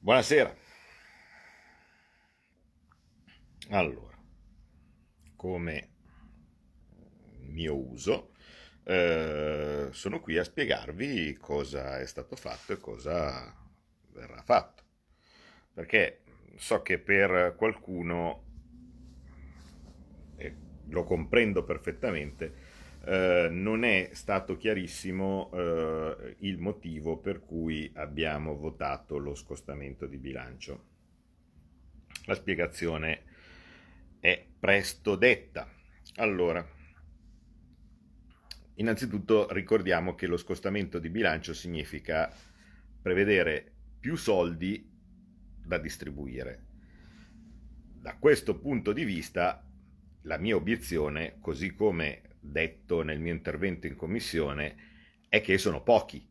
Buonasera. Allora, come mio uso, sono qui a spiegarvi cosa è stato fatto e cosa verrà fatto. Perché so che per qualcuno, e lo comprendo perfettamente, non è stato chiarissimo il motivo per cui abbiamo votato lo scostamento di bilancio. La spiegazione è presto detta. Allora, innanzitutto ricordiamo che lo scostamento di bilancio significa prevedere più soldi da distribuire. Da questo punto di vista, la mia obiezione, così come detto nel mio intervento in commissione, è che sono pochi.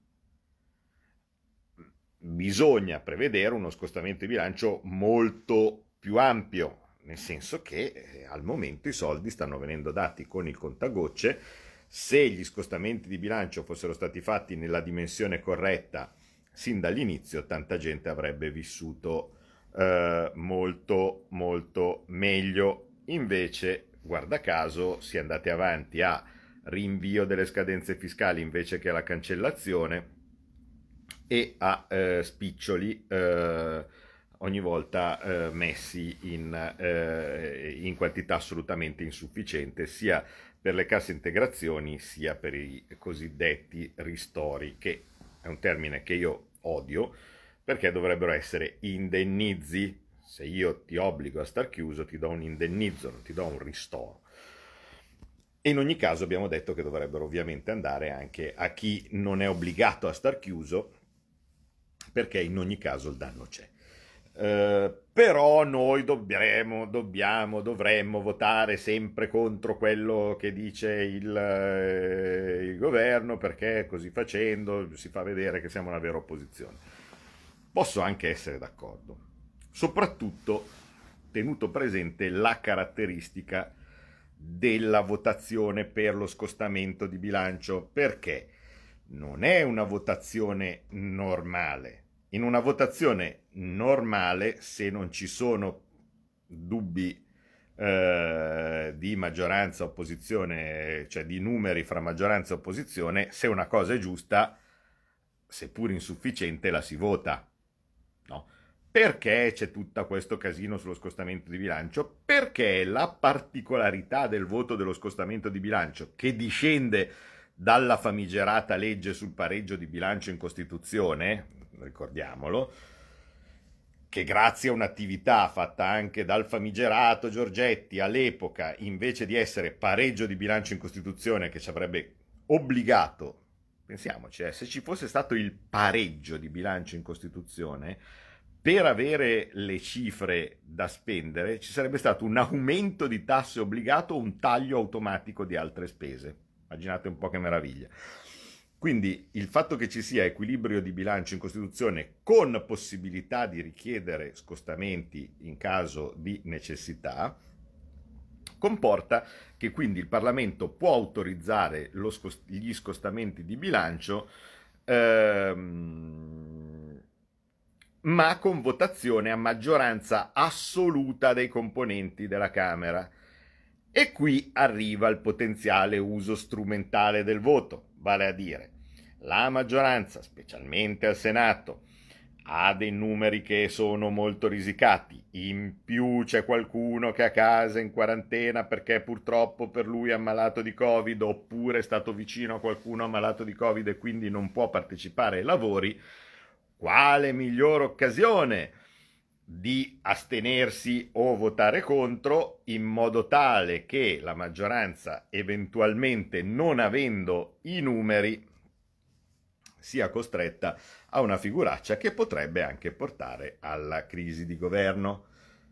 Bisogna prevedere uno scostamento di bilancio molto più ampio, nel senso che al momento i soldi stanno venendo dati con il contagocce. Se gli scostamenti di bilancio fossero stati fatti nella dimensione corretta sin dall'inizio, tanta gente avrebbe vissuto molto molto meglio. Invece, guarda caso, si è andati avanti a rinvio delle scadenze fiscali invece che alla cancellazione e a spiccioli ogni volta messi in quantità assolutamente insufficiente, sia per le casse integrazioni sia per i cosiddetti ristori, che è un termine che io odio perché dovrebbero essere indennizi. Se io ti obbligo a star chiuso ti do un indennizzo, non ti do un ristoro. E in ogni caso abbiamo detto che dovrebbero ovviamente andare anche a chi non è obbligato a star chiuso, perché in ogni caso il danno c'è. Però noi dovremmo votare sempre contro quello che dice il governo, perché così facendo si fa vedere che siamo una vera opposizione. Posso anche essere d'accordo, soprattutto tenuto presente la caratteristica della votazione per lo scostamento di bilancio, perché non è una votazione normale. In una votazione normale, se non ci sono dubbi di maggioranza opposizione, cioè di numeri fra maggioranza e opposizione, se una cosa è giusta, seppur insufficiente, la si vota. No? Perché c'è tutto questo casino sullo scostamento di bilancio? Perché la particolarità del voto dello scostamento di bilancio, che discende dalla famigerata legge sul pareggio di bilancio in Costituzione, ricordiamolo, che grazie a un'attività fatta anche dal famigerato Giorgetti all'epoca, invece di essere pareggio di bilancio in Costituzione che ci avrebbe obbligato, pensiamoci, se ci fosse stato il pareggio di bilancio in Costituzione, per avere le cifre da spendere ci sarebbe stato un aumento di tasse obbligato o un taglio automatico di altre spese. Immaginate un po' che meraviglia. Quindi il fatto che ci sia equilibrio di bilancio in Costituzione con possibilità di richiedere scostamenti in caso di necessità comporta che quindi il Parlamento può autorizzare gli scostamenti di bilancio, ma con votazione a maggioranza assoluta dei componenti della Camera. E qui arriva il potenziale uso strumentale del voto, vale a dire, la maggioranza, specialmente al Senato, ha dei numeri che sono molto risicati, in più c'è qualcuno che è a casa in quarantena perché purtroppo per lui è ammalato di Covid, oppure è stato vicino a qualcuno ammalato di Covid e quindi non può partecipare ai lavori. Quale miglior occasione di astenersi o votare contro, in modo tale che la maggioranza, eventualmente non avendo i numeri, sia costretta a una figuraccia che potrebbe anche portare alla crisi di governo.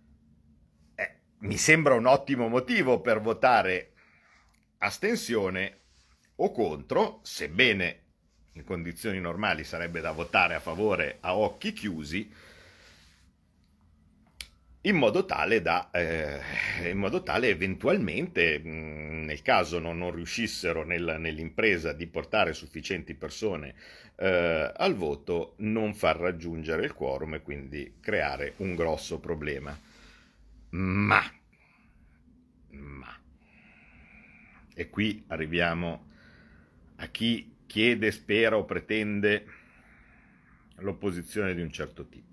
Mi sembra un ottimo motivo per votare astensione o contro, sebbene in condizioni normali sarebbe da votare a favore a occhi chiusi. in modo tale eventualmente, nel caso non riuscissero nell'impresa di portare sufficienti persone al voto, non far raggiungere il quorum e quindi creare un grosso problema. Ma, ma, e qui arriviamo a chi chiede, spera o pretende l'opposizione di un certo tipo.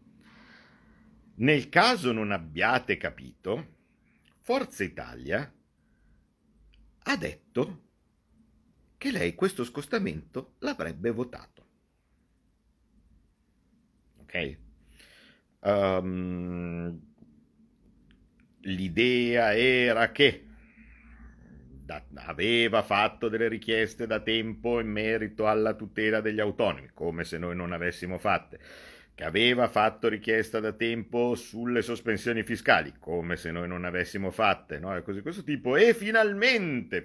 Nel caso non abbiate capito, Forza Italia ha detto che lei questo scostamento l'avrebbe votato. Ok? L'idea era che aveva fatto delle richieste da tempo in merito alla tutela degli autonomi, come se noi non avessimo fatte, che aveva fatto richiesta da tempo sulle sospensioni fiscali, come se noi non avessimo fatte, no? E così di questo tipo, e finalmente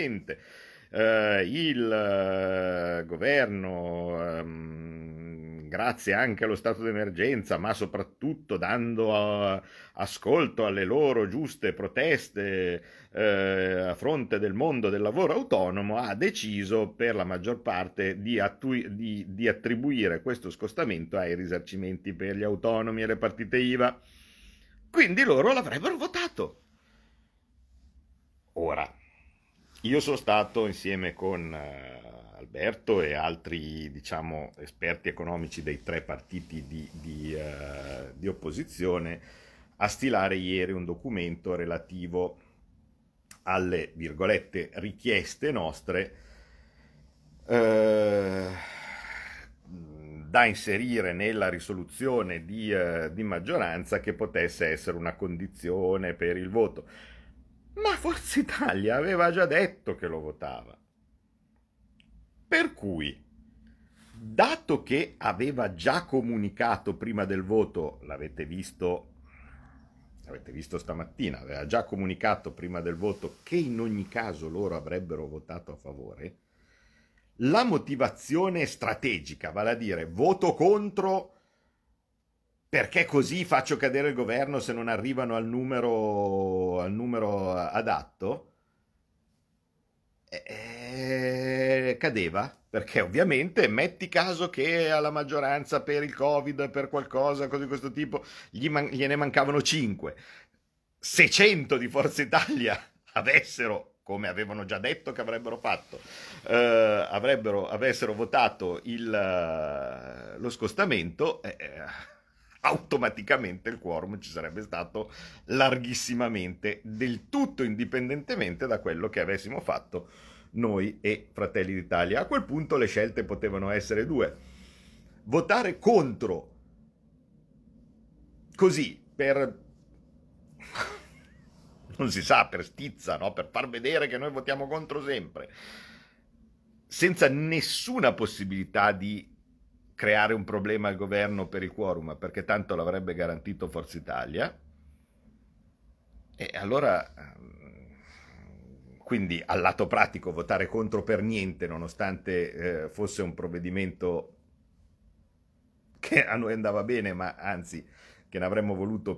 il governo, grazie anche allo stato d'emergenza, ma soprattutto dando ascolto alle loro giuste proteste a fronte del mondo del lavoro autonomo, ha deciso per la maggior parte di attribuire questo scostamento ai risarcimenti per gli autonomi e le partite IVA. Quindi loro l'avrebbero votato. Ora, io sono stato insieme con Alberto e altri, diciamo, esperti economici dei tre partiti di opposizione a stilare ieri un documento relativo alle, virgolette, richieste nostre da inserire nella risoluzione di maggioranza che potesse essere una condizione per il voto. Ma Forza Italia aveva già detto che lo votava. Per cui, dato che aveva già comunicato prima del voto, l'avete visto stamattina, aveva già comunicato prima del voto che in ogni caso loro avrebbero votato a favore, la motivazione strategica, vale a dire voto contro perché così faccio cadere il governo se non arrivano al numero adatto, cadeva, perché ovviamente metti caso che alla maggioranza per il Covid, per qualcosa così di questo tipo, gliene mancavano 5. 600 di Forza Italia avessero, come avevano già detto che avrebbero fatto, avessero votato lo scostamento, automaticamente il quorum ci sarebbe stato larghissimamente, del tutto indipendentemente da quello che avessimo fatto noi e Fratelli d'Italia. A quel punto le scelte potevano essere due: votare contro così per non si sa, per stizza, no? Per far vedere che noi votiamo contro sempre, senza nessuna possibilità di creare un problema al governo per il quorum, perché tanto l'avrebbe garantito Forza Italia. E allora, quindi al lato pratico, votare contro per niente, nonostante fosse un provvedimento che a noi andava bene, ma anzi che ne avremmo voluto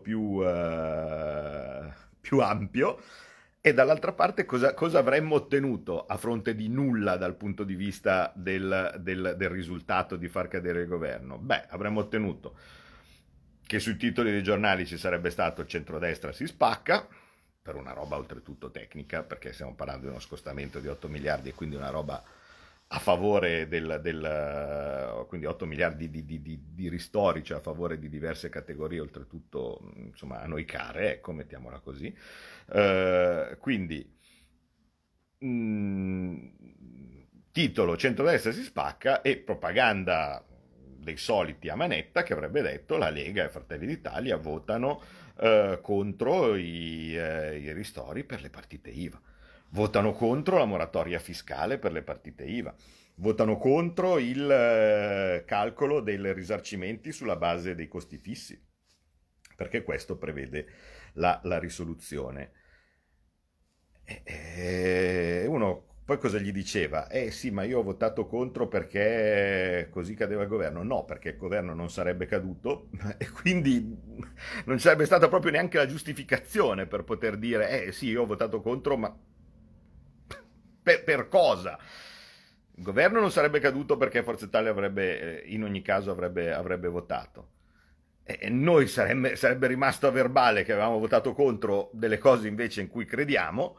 più ampio. E dall'altra parte cosa avremmo ottenuto a fronte di nulla dal punto di vista del risultato di far cadere il governo? Beh, avremmo ottenuto che sui titoli dei giornali ci sarebbe stato il centrodestra si spacca, per una roba oltretutto tecnica, perché stiamo parlando di uno scostamento di 8 miliardi e quindi una roba a favore quindi 8 miliardi di ristori, cioè a favore di diverse categorie, oltretutto insomma a noi care, ecco, mettiamola così. Quindi titolo centrodestra si spacca e propaganda dei soliti a manetta che avrebbe detto la Lega e Fratelli d'Italia votano contro i ristori per le partite IVA, votano contro la moratoria fiscale per le partite IVA, votano contro il calcolo dei risarcimenti sulla base dei costi fissi, perché questo prevede la risoluzione. Uno poi cosa gli diceva? Sì, ma io ho votato contro perché così cadeva il governo. No, perché il governo non sarebbe caduto e quindi non ci sarebbe stata proprio neanche la giustificazione per poter dire, sì, io ho votato contro, ma per cosa? Il governo non sarebbe caduto perché Forza Italia avrebbe, in ogni caso, avrebbe votato. E noi sarebbe rimasto a verbale che avevamo votato contro delle cose invece in cui crediamo.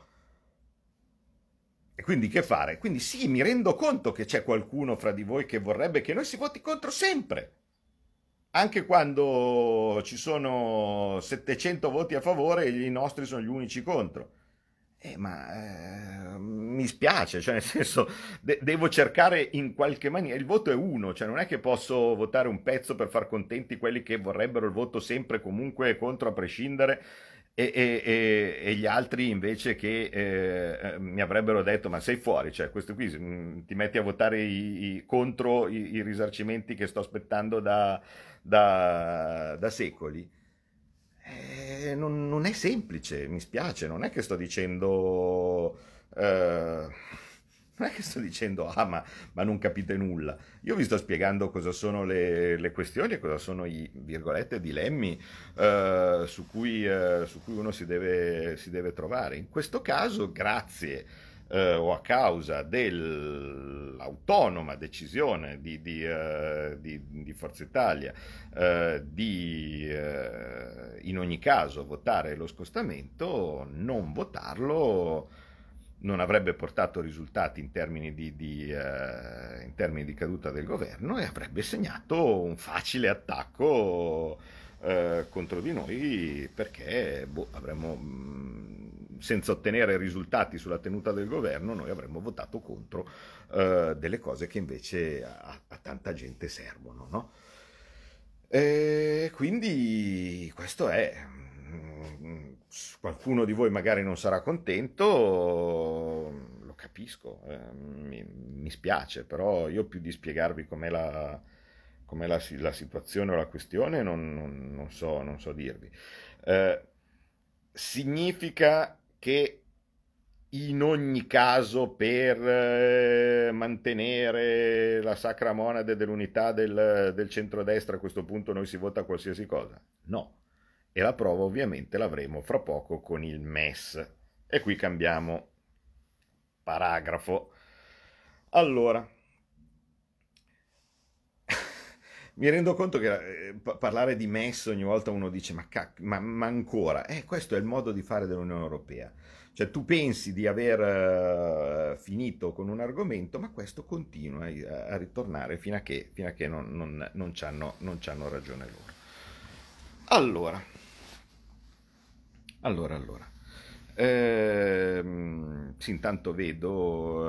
E quindi che fare? Quindi sì, mi rendo conto che c'è qualcuno fra di voi che vorrebbe che noi si voti contro sempre. Anche quando ci sono 700 voti a favore e i nostri sono gli unici contro. Ma mi spiace, cioè nel senso devo cercare in qualche maniera, il voto è uno, cioè non è che posso votare un pezzo per far contenti quelli che vorrebbero il voto sempre comunque contro a prescindere e gli altri invece che mi avrebbero detto ma sei fuori, cioè questo qui ti metti a votare contro i risarcimenti che sto aspettando da secoli. Non è semplice, mi spiace, non è che sto dicendo... non è che sto dicendo, ma non capite nulla. Io vi sto spiegando cosa sono le questioni e cosa sono i, virgolette, dilemmi su cui uno si deve trovare. In questo caso, grazie o a causa dell'autonoma decisione di Forza Italia in ogni caso votare lo scostamento, non votarlo non avrebbe portato risultati in termini di caduta del governo e avrebbe segnato un facile attacco contro di noi perché avremmo, senza ottenere risultati sulla tenuta del governo, noi avremmo votato contro delle cose che invece a tanta gente servono, no? Quindi questo è. Qualcuno di voi magari non sarà contento, lo capisco, mi spiace, però io più di spiegarvi com'è la situazione o la questione non so dirvi. Eh, Significa che in ogni caso per mantenere la sacra monade dell'unità del centrodestra a questo punto noi si vota qualsiasi cosa? No. E la prova ovviamente l'avremo fra poco con il MES. E qui cambiamo paragrafo. Allora, mi rendo conto che parlare di MES ogni volta uno dice ma ancora? Questo è il modo di fare dell'Unione Europea. Cioè tu pensi di aver finito con un argomento, ma questo continua a ritornare fino a che non c'hanno ragione loro. Allora. Sì, intanto vedo,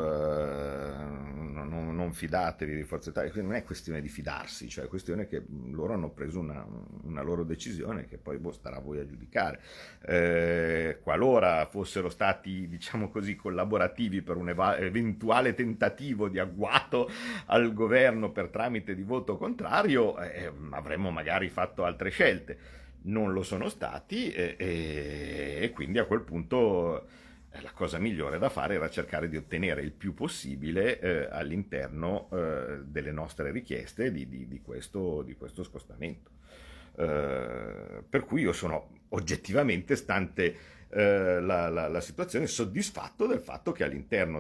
non fidatevi di Forza Italia, quindi non è questione di fidarsi, cioè è questione che loro hanno preso una loro decisione che poi starà a voi a giudicare. Qualora fossero stati, diciamo così, collaborativi per un eventuale tentativo di agguato al governo per tramite di voto contrario, avremmo magari fatto altre scelte. Non lo sono stati e quindi a quel punto la cosa migliore da fare era cercare di ottenere il più possibile all'interno delle nostre richieste di questo scostamento. Per cui io sono oggettivamente, stante la situazione, soddisfatto del fatto che all'interno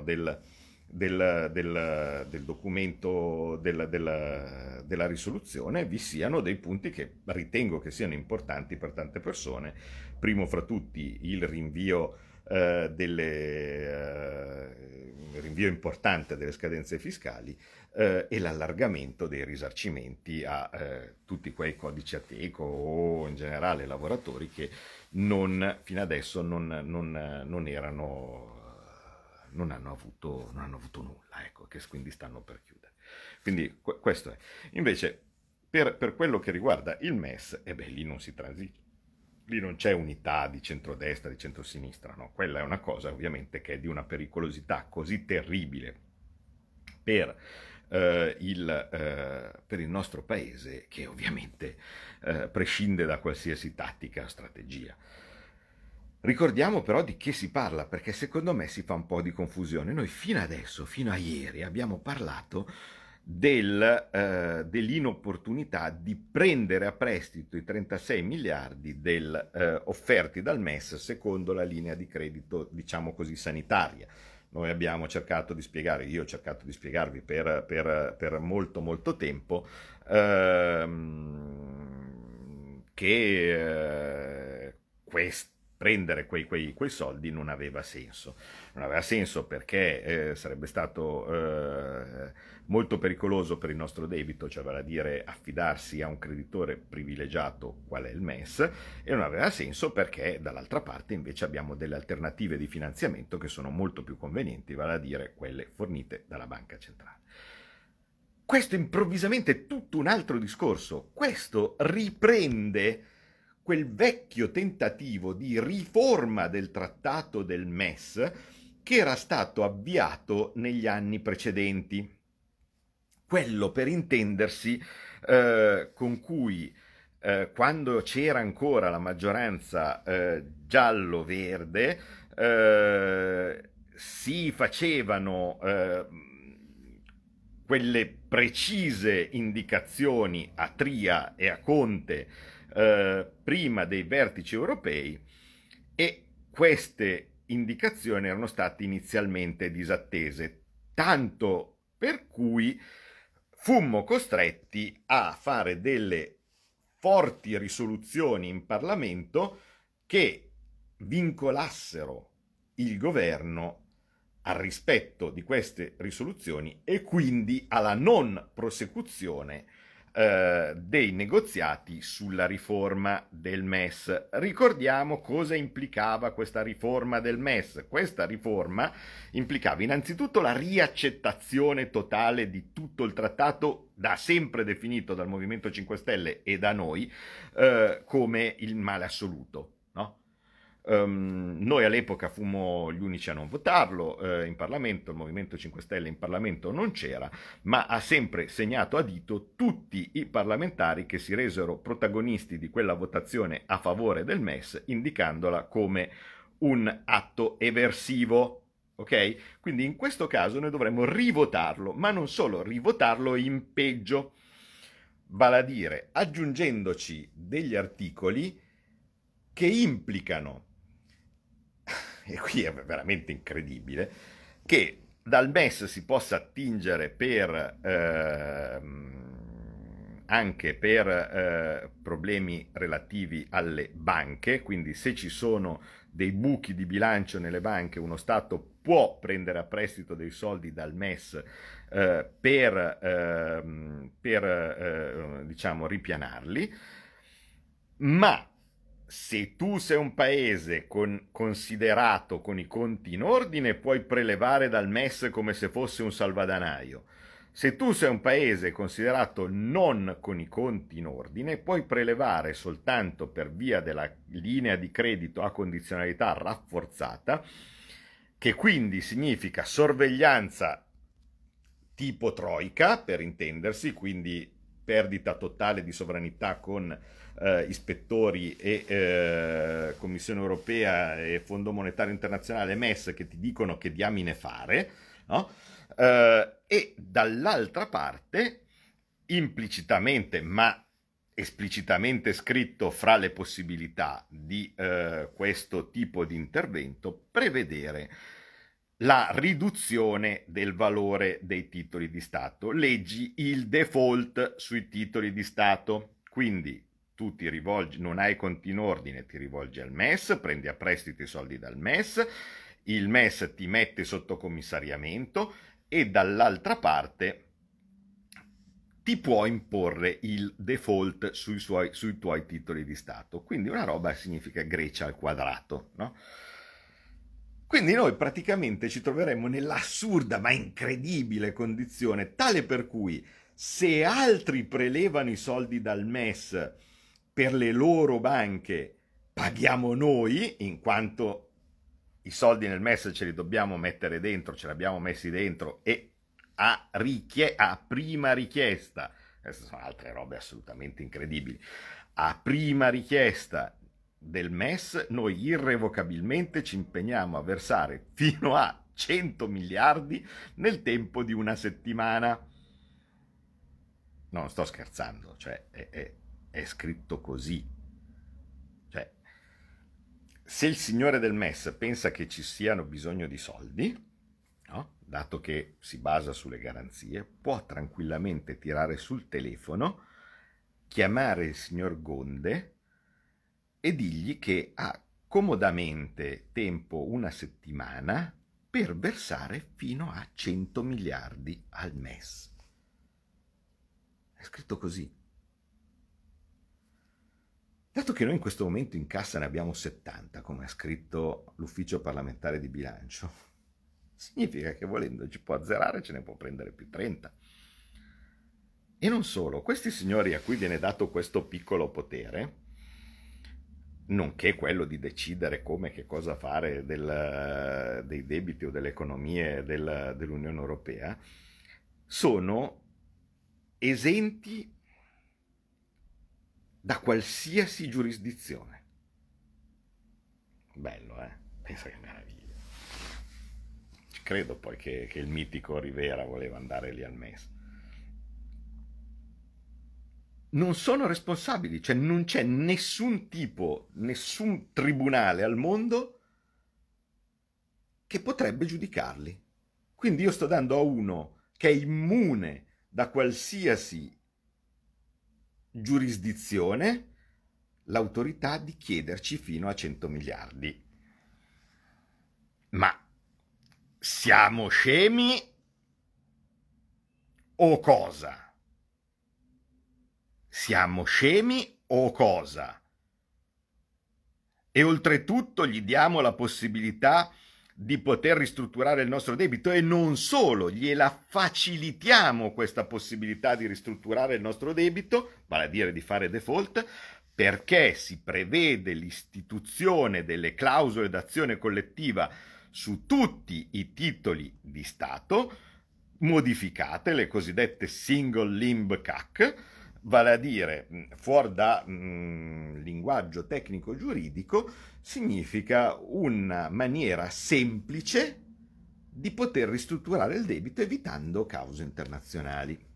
del documento della risoluzione vi siano dei punti che ritengo che siano importanti per tante persone, primo fra tutti il rinvio il rinvio importante delle scadenze fiscali e l'allargamento dei risarcimenti a tutti quei codici Ateco o in generale lavoratori che fino adesso non hanno avuto nulla, ecco, che quindi stanno per chiudere. Quindi questo è. Invece, per quello che riguarda il MES, lì non si transita. Lì non c'è unità di centrodestra, di centrosinistra, no? Quella è una cosa ovviamente che è di una pericolosità così terribile per il nostro paese che ovviamente prescinde da qualsiasi tattica o strategia. Ricordiamo però di che si parla, perché secondo me si fa un po' di confusione. Noi fino adesso, fino a ieri, abbiamo parlato dell'inopportunità di prendere a prestito i 36 miliardi offerti dal MES secondo la linea di credito, diciamo così, sanitaria. Noi abbiamo cercato di spiegare, io ho cercato di spiegarvi per molto molto tempo che prendere quei soldi non aveva senso. Non aveva senso perché sarebbe stato molto pericoloso per il nostro debito, cioè vale a dire affidarsi a un creditore privilegiato qual è il MES, e non aveva senso perché dall'altra parte invece abbiamo delle alternative di finanziamento che sono molto più convenienti, vale a dire quelle fornite dalla Banca Centrale. Questo improvvisamente è tutto un altro discorso. Questo riprende quel vecchio tentativo di riforma del trattato del MES che era stato avviato negli anni precedenti. Quello, per intendersi, con cui quando c'era ancora la maggioranza giallo-verde si facevano quelle precise indicazioni a Tria e a Conte prima dei vertici europei, e queste indicazioni erano state inizialmente disattese, tanto per cui fummo costretti a fare delle forti risoluzioni in Parlamento che vincolassero il governo al rispetto di queste risoluzioni e quindi alla non prosecuzione dei negoziati sulla riforma del MES. Ricordiamo cosa implicava questa riforma del MES. Questa riforma implicava innanzitutto la riaccettazione totale di tutto il trattato, da sempre definito dal Movimento 5 Stelle e da noi come il male assoluto, no? Noi all'epoca fummo gli unici a non votarlo in Parlamento, il Movimento 5 Stelle in Parlamento non c'era, ma ha sempre segnato a dito tutti i parlamentari che si resero protagonisti di quella votazione a favore del MES, indicandola come un atto eversivo. Ok? Quindi in questo caso noi dovremmo rivotarlo, ma non solo, rivotarlo in peggio, vale a dire aggiungendoci degli articoli che implicano, e qui è veramente incredibile, che dal MES si possa attingere anche per problemi relativi alle banche, quindi se ci sono dei buchi di bilancio nelle banche, uno Stato può prendere a prestito dei soldi dal MES diciamo, ripianarli, ma se tu sei un paese considerato con i conti in ordine, puoi prelevare dal MES come se fosse un salvadanaio. Se tu sei un paese considerato non con i conti in ordine, puoi prelevare soltanto per via della linea di credito a condizionalità rafforzata, che quindi significa sorveglianza tipo troica, per intendersi, quindi perdita totale di sovranità con ispettori e Commissione Europea e Fondo Monetario Internazionale MES che ti dicono che diamine fare, no? E dall'altra parte, implicitamente ma esplicitamente scritto fra le possibilità di questo tipo di intervento, prevedere la riduzione del valore dei titoli di Stato. Leggi il default sui titoli di Stato, quindi tu ti rivolgi, non hai conti in ordine, ti rivolgi al MES, prendi a prestito i soldi dal MES, il MES ti mette sotto commissariamento e dall'altra parte ti può imporre il default sui tuoi titoli di Stato. Quindi una roba significa Grecia al quadrato, no? Quindi noi praticamente ci troveremmo nell'assurda ma incredibile condizione tale per cui se altri prelevano i soldi dal MES per le loro banche, paghiamo noi, in quanto i soldi nel MES ce li dobbiamo mettere dentro, ce li abbiamo messi dentro e a prima richiesta, queste sono altre robe assolutamente incredibili, a prima richiesta del MES noi irrevocabilmente ci impegniamo a versare fino a 100 miliardi nel tempo di una settimana. No, non sto scherzando, cioè è scritto così. Cioè, se il signore del MES pensa che ci siano bisogno di soldi, no? Dato che si basa sulle garanzie, può tranquillamente tirare sul telefono, chiamare il signor Gonde e dirgli che ha comodamente tempo una settimana per versare fino a 100 miliardi al MES. È scritto così. Dato che noi in questo momento in cassa ne abbiamo 70, come ha scritto l'ufficio parlamentare di bilancio, significa che volendo ci può azzerare, ce ne può prendere più 30. E non solo, questi signori a cui viene dato questo piccolo potere, nonché quello di decidere come e che cosa fare dei debiti o delle economie dell'Unione Europea, sono esenti da qualsiasi giurisdizione. Bello, eh? Pensa che meraviglia. Ci credo poi che il mitico Rivera voleva andare lì al MES. Non sono responsabili, cioè non c'è nessun tipo, nessun tribunale al mondo che potrebbe giudicarli. Quindi io sto dando a uno che è immune da qualsiasi giurisdizione l'autorità di chiederci fino a 100 miliardi. Ma siamo scemi o cosa? Siamo scemi o cosa? E oltretutto gli diamo la possibilità di poter ristrutturare il nostro debito e non solo, gliela facilitiamo questa possibilità di ristrutturare il nostro debito, vale a dire di fare default, perché si prevede l'istituzione delle clausole d'azione collettiva su tutti i titoli di Stato, modificate, le cosiddette single limb CAC, vale a dire, fuori da linguaggio tecnico giuridico, significa una maniera semplice di poter ristrutturare il debito evitando cause internazionali.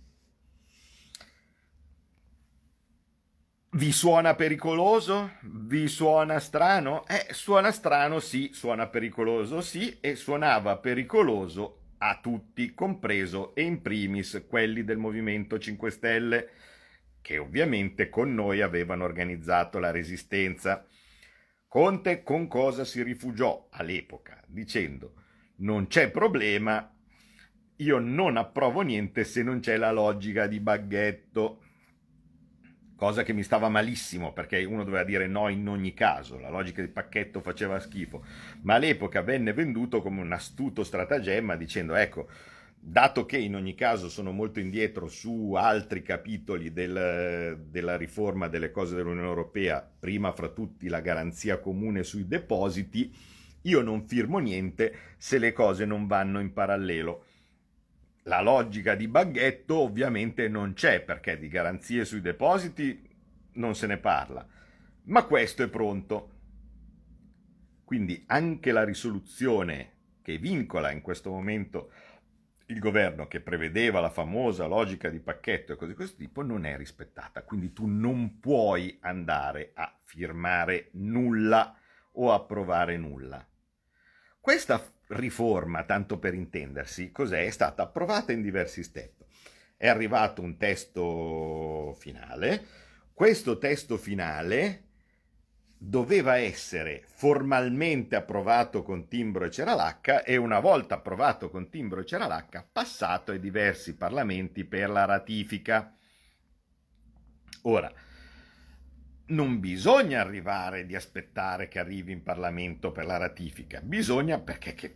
Vi suona pericoloso? Vi suona strano? Suona strano sì, suona pericoloso sì, e suonava pericoloso a tutti, compreso e in primis quelli del Movimento 5 Stelle, che ovviamente con noi avevano organizzato la resistenza. Conte con cosa si rifugiò all'epoca? Dicendo: non c'è problema, io non approvo niente se non c'è la logica di bacchetto. Cosa che mi stava malissimo, perché uno doveva dire no in ogni caso, la logica di pacchetto faceva schifo, ma all'epoca venne venduto come un astuto stratagemma dicendo: ecco, dato che in ogni caso sono molto indietro su altri capitoli della riforma delle cose dell'Unione Europea, prima fra tutti la garanzia comune sui depositi, io non firmo niente se le cose non vanno in parallelo. La logica di bacchetto ovviamente non c'è, perché di garanzie sui depositi non se ne parla, ma questo è pronto. Quindi anche la risoluzione che vincola in questo momento il governo, che prevedeva la famosa logica di pacchetto e cose di questo tipo, non è rispettata. Quindi tu non puoi andare a firmare nulla o approvare nulla. Questa riforma, tanto per intendersi, cos'è? È stata approvata in diversi step. È arrivato un testo finale. Questo testo finale doveva essere formalmente approvato con timbro e ceralacca e una volta approvato con timbro e ceralacca passato ai diversi parlamenti per la ratifica. Ora, non bisogna arrivare di aspettare che arrivi in Parlamento per la ratifica, bisogna, perché che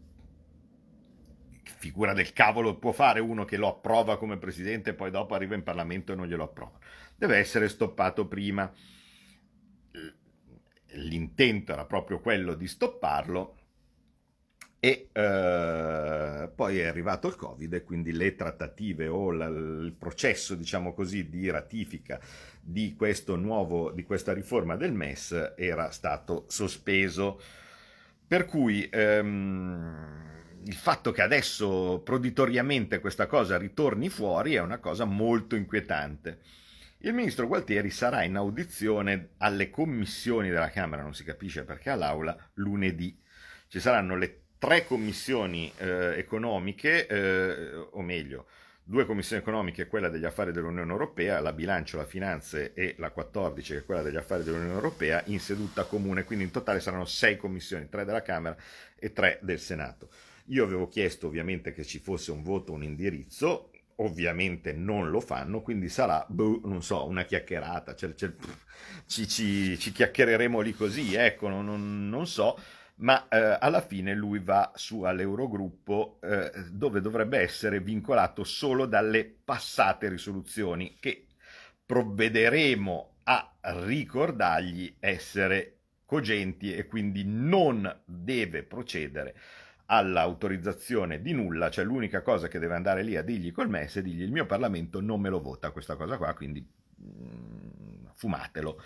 figura del cavolo può fare uno che lo approva come presidente e poi dopo arriva in Parlamento e non glielo approva? Deve essere stoppato prima. L'intento era proprio quello di stopparlo E poi è arrivato il Covid e quindi le trattative o il processo, diciamo così, di ratifica di di questa riforma del MES era stato sospeso. Per cui il fatto che adesso proditoriamente questa cosa ritorni fuori è una cosa molto inquietante. Il ministro Gualtieri sarà in audizione alle commissioni della Camera, non si capisce perché all'Aula, lunedì. Ci saranno le tre commissioni economiche, o meglio, due commissioni economiche, quella degli affari dell'Unione Europea, la bilancio, la finanze e la 14, che è quella degli affari dell'Unione Europea, in seduta comune, quindi in totale saranno 6 commissioni, 3 della Camera e 3 del Senato. Io avevo chiesto ovviamente che ci fosse un voto, un indirizzo, ovviamente non lo fanno, quindi sarà, non so, una chiacchierata, ci chiacchiereremo lì così, ecco, non so, ma alla fine lui va su all'Eurogruppo dove dovrebbe essere vincolato solo dalle passate risoluzioni che provvederemo a ricordargli essere cogenti e quindi non deve procedere all'autorizzazione di nulla, cioè l'unica cosa che deve andare lì a dirgli col MES è dirgli il mio Parlamento non me lo vota questa cosa qua, quindi fumatelo.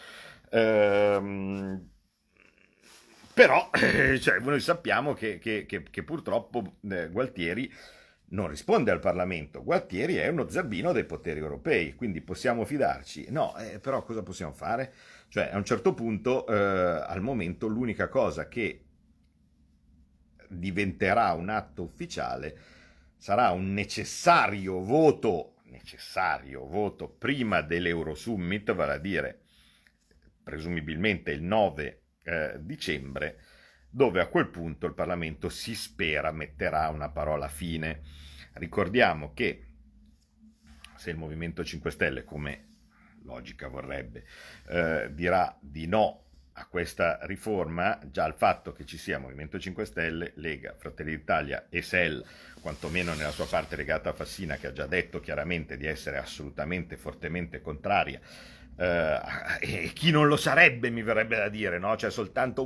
Però cioè, noi sappiamo che purtroppo Gualtieri non risponde al Parlamento. Gualtieri è uno zerbino dei poteri europei, quindi possiamo fidarci? No, però cosa possiamo fare? Cioè, a un certo punto, al momento, l'unica cosa che diventerà un atto ufficiale sarà un necessario voto prima dell'Eurosummit, vale a dire presumibilmente il 9 dicembre, dove a quel punto il Parlamento si spera metterà una parola fine. Ricordiamo che se il Movimento 5 Stelle, come logica vorrebbe, dirà di no a questa riforma, già il fatto che ci sia Movimento 5 Stelle, Lega, Fratelli d'Italia e SEL, quantomeno nella sua parte legata a Fassina, che ha già detto chiaramente di essere assolutamente fortemente contraria, e chi non lo sarebbe, mi verrebbe da dire, no? Cioè soltanto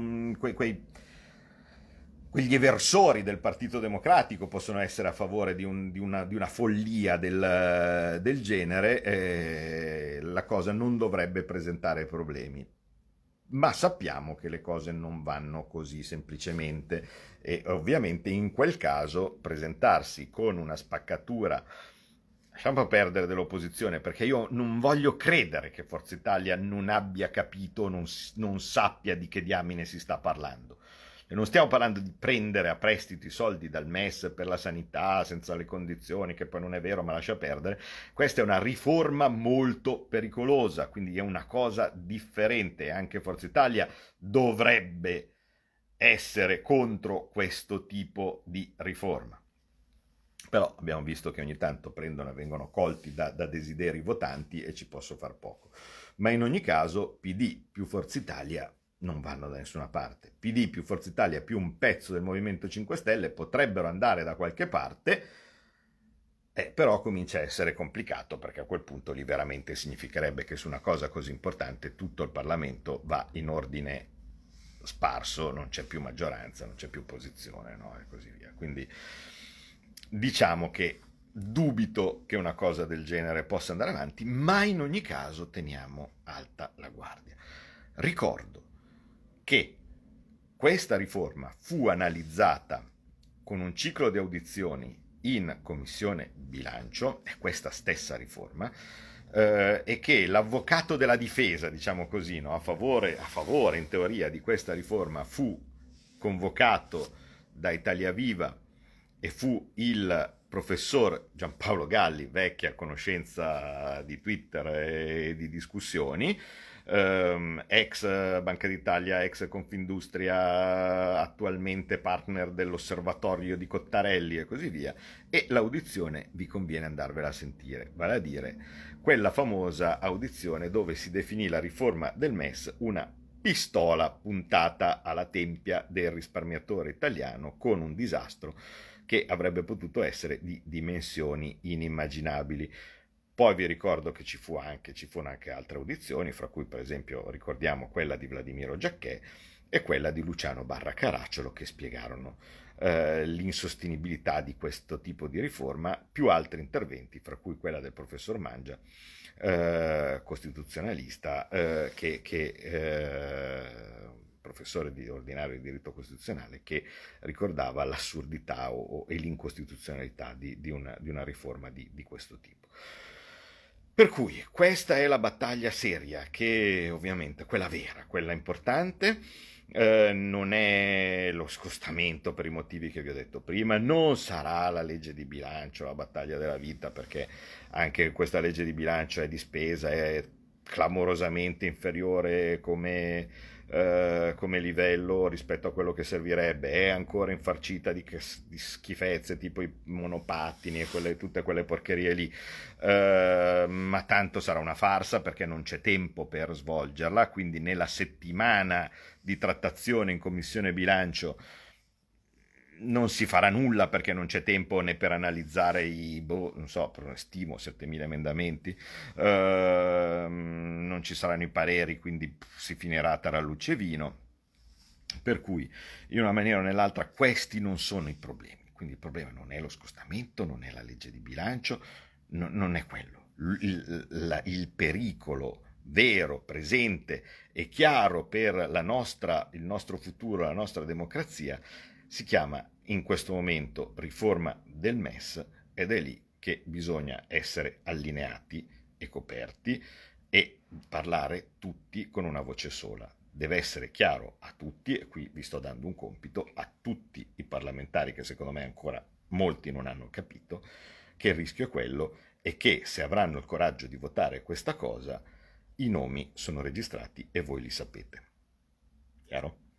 quegli eversori del Partito Democratico possono essere a favore di una follia del genere, la cosa non dovrebbe presentare problemi. Ma sappiamo che le cose non vanno così semplicemente e ovviamente in quel caso presentarsi con una spaccatura, lasciamo perdere, dell'opposizione, perché io non voglio credere che Forza Italia non abbia capito, non sappia di che diamine si sta parlando. E non stiamo parlando di prendere a prestito i soldi dal MES per la sanità senza le condizioni, che poi non è vero, ma lascia perdere. Questa è una riforma molto pericolosa, quindi è una cosa differente. Anche Forza Italia dovrebbe essere contro questo tipo di riforma. Però abbiamo visto che ogni tanto vengono colti da desideri votanti e ci posso far poco. Ma in ogni caso PD più Forza Italia non vanno da nessuna parte. PD più Forza Italia più un pezzo del Movimento 5 Stelle potrebbero andare da qualche parte, però comincia a essere complicato, perché a quel punto lì veramente significherebbe che su una cosa così importante tutto il Parlamento va in ordine sparso, non c'è più maggioranza, non c'è più posizione, no? E così via. Quindi diciamo che dubito che una cosa del genere possa andare avanti, ma in ogni caso teniamo alta la guardia. Ricordo che questa riforma fu analizzata con un ciclo di audizioni in Commissione Bilancio, è questa stessa riforma, e che l'avvocato della difesa, diciamo così, no, a favore in teoria di questa riforma fu convocato da Italia Viva e fu il professor Giampaolo Galli, vecchia conoscenza di Twitter e di discussioni, ex Banca d'Italia, ex Confindustria, attualmente partner dell'osservatorio di Cottarelli e così via, e l'audizione vi conviene andarvela a sentire, vale a dire quella famosa audizione dove si definì la riforma del MES una pistola puntata alla tempia del risparmiatore italiano, con un disastro che avrebbe potuto essere di dimensioni inimmaginabili. Poi vi ricordo che ci furono anche altre audizioni, fra cui per esempio ricordiamo quella di Vladimiro Giacchè e quella di Luciano Barra Caracciolo, che spiegarono l'insostenibilità di questo tipo di riforma, più altri interventi, fra cui quella del professor Mangia, costituzionalista, professore di ordinario di diritto costituzionale, che ricordava l'assurdità e l'incostituzionalità di una riforma di questo tipo. Per cui questa è la battaglia seria, che ovviamente quella vera, quella importante, non è lo scostamento per i motivi che vi ho detto prima, non sarà la legge di bilancio, la battaglia della vita, perché anche questa legge di bilancio è di spesa, è clamorosamente inferiore come livello rispetto a quello che servirebbe, è ancora infarcita di schifezze tipo i monopattini e tutte quelle porcherie lì, ma tanto sarà una farsa perché non c'è tempo per svolgerla, quindi nella settimana di trattazione in commissione bilancio non si farà nulla perché non c'è tempo né per analizzare non so, stimo 7.000 emendamenti, non ci saranno i pareri, quindi si finirà a tarallucce e vino. Per cui, in una maniera o nell'altra, questi non sono i problemi. Quindi il problema non è lo scostamento, non è la legge di bilancio, non è quello. Il pericolo vero, presente e chiaro per il nostro futuro, la nostra democrazia, si chiama in questo momento riforma del MES, ed è lì che bisogna essere allineati e coperti e parlare tutti con una voce sola. Deve essere chiaro a tutti, e qui vi sto dando un compito, a tutti i parlamentari che secondo me ancora molti non hanno capito, che il rischio è quello e che se avranno il coraggio di votare questa cosa, i nomi sono registrati e voi li sapete. Chiaro?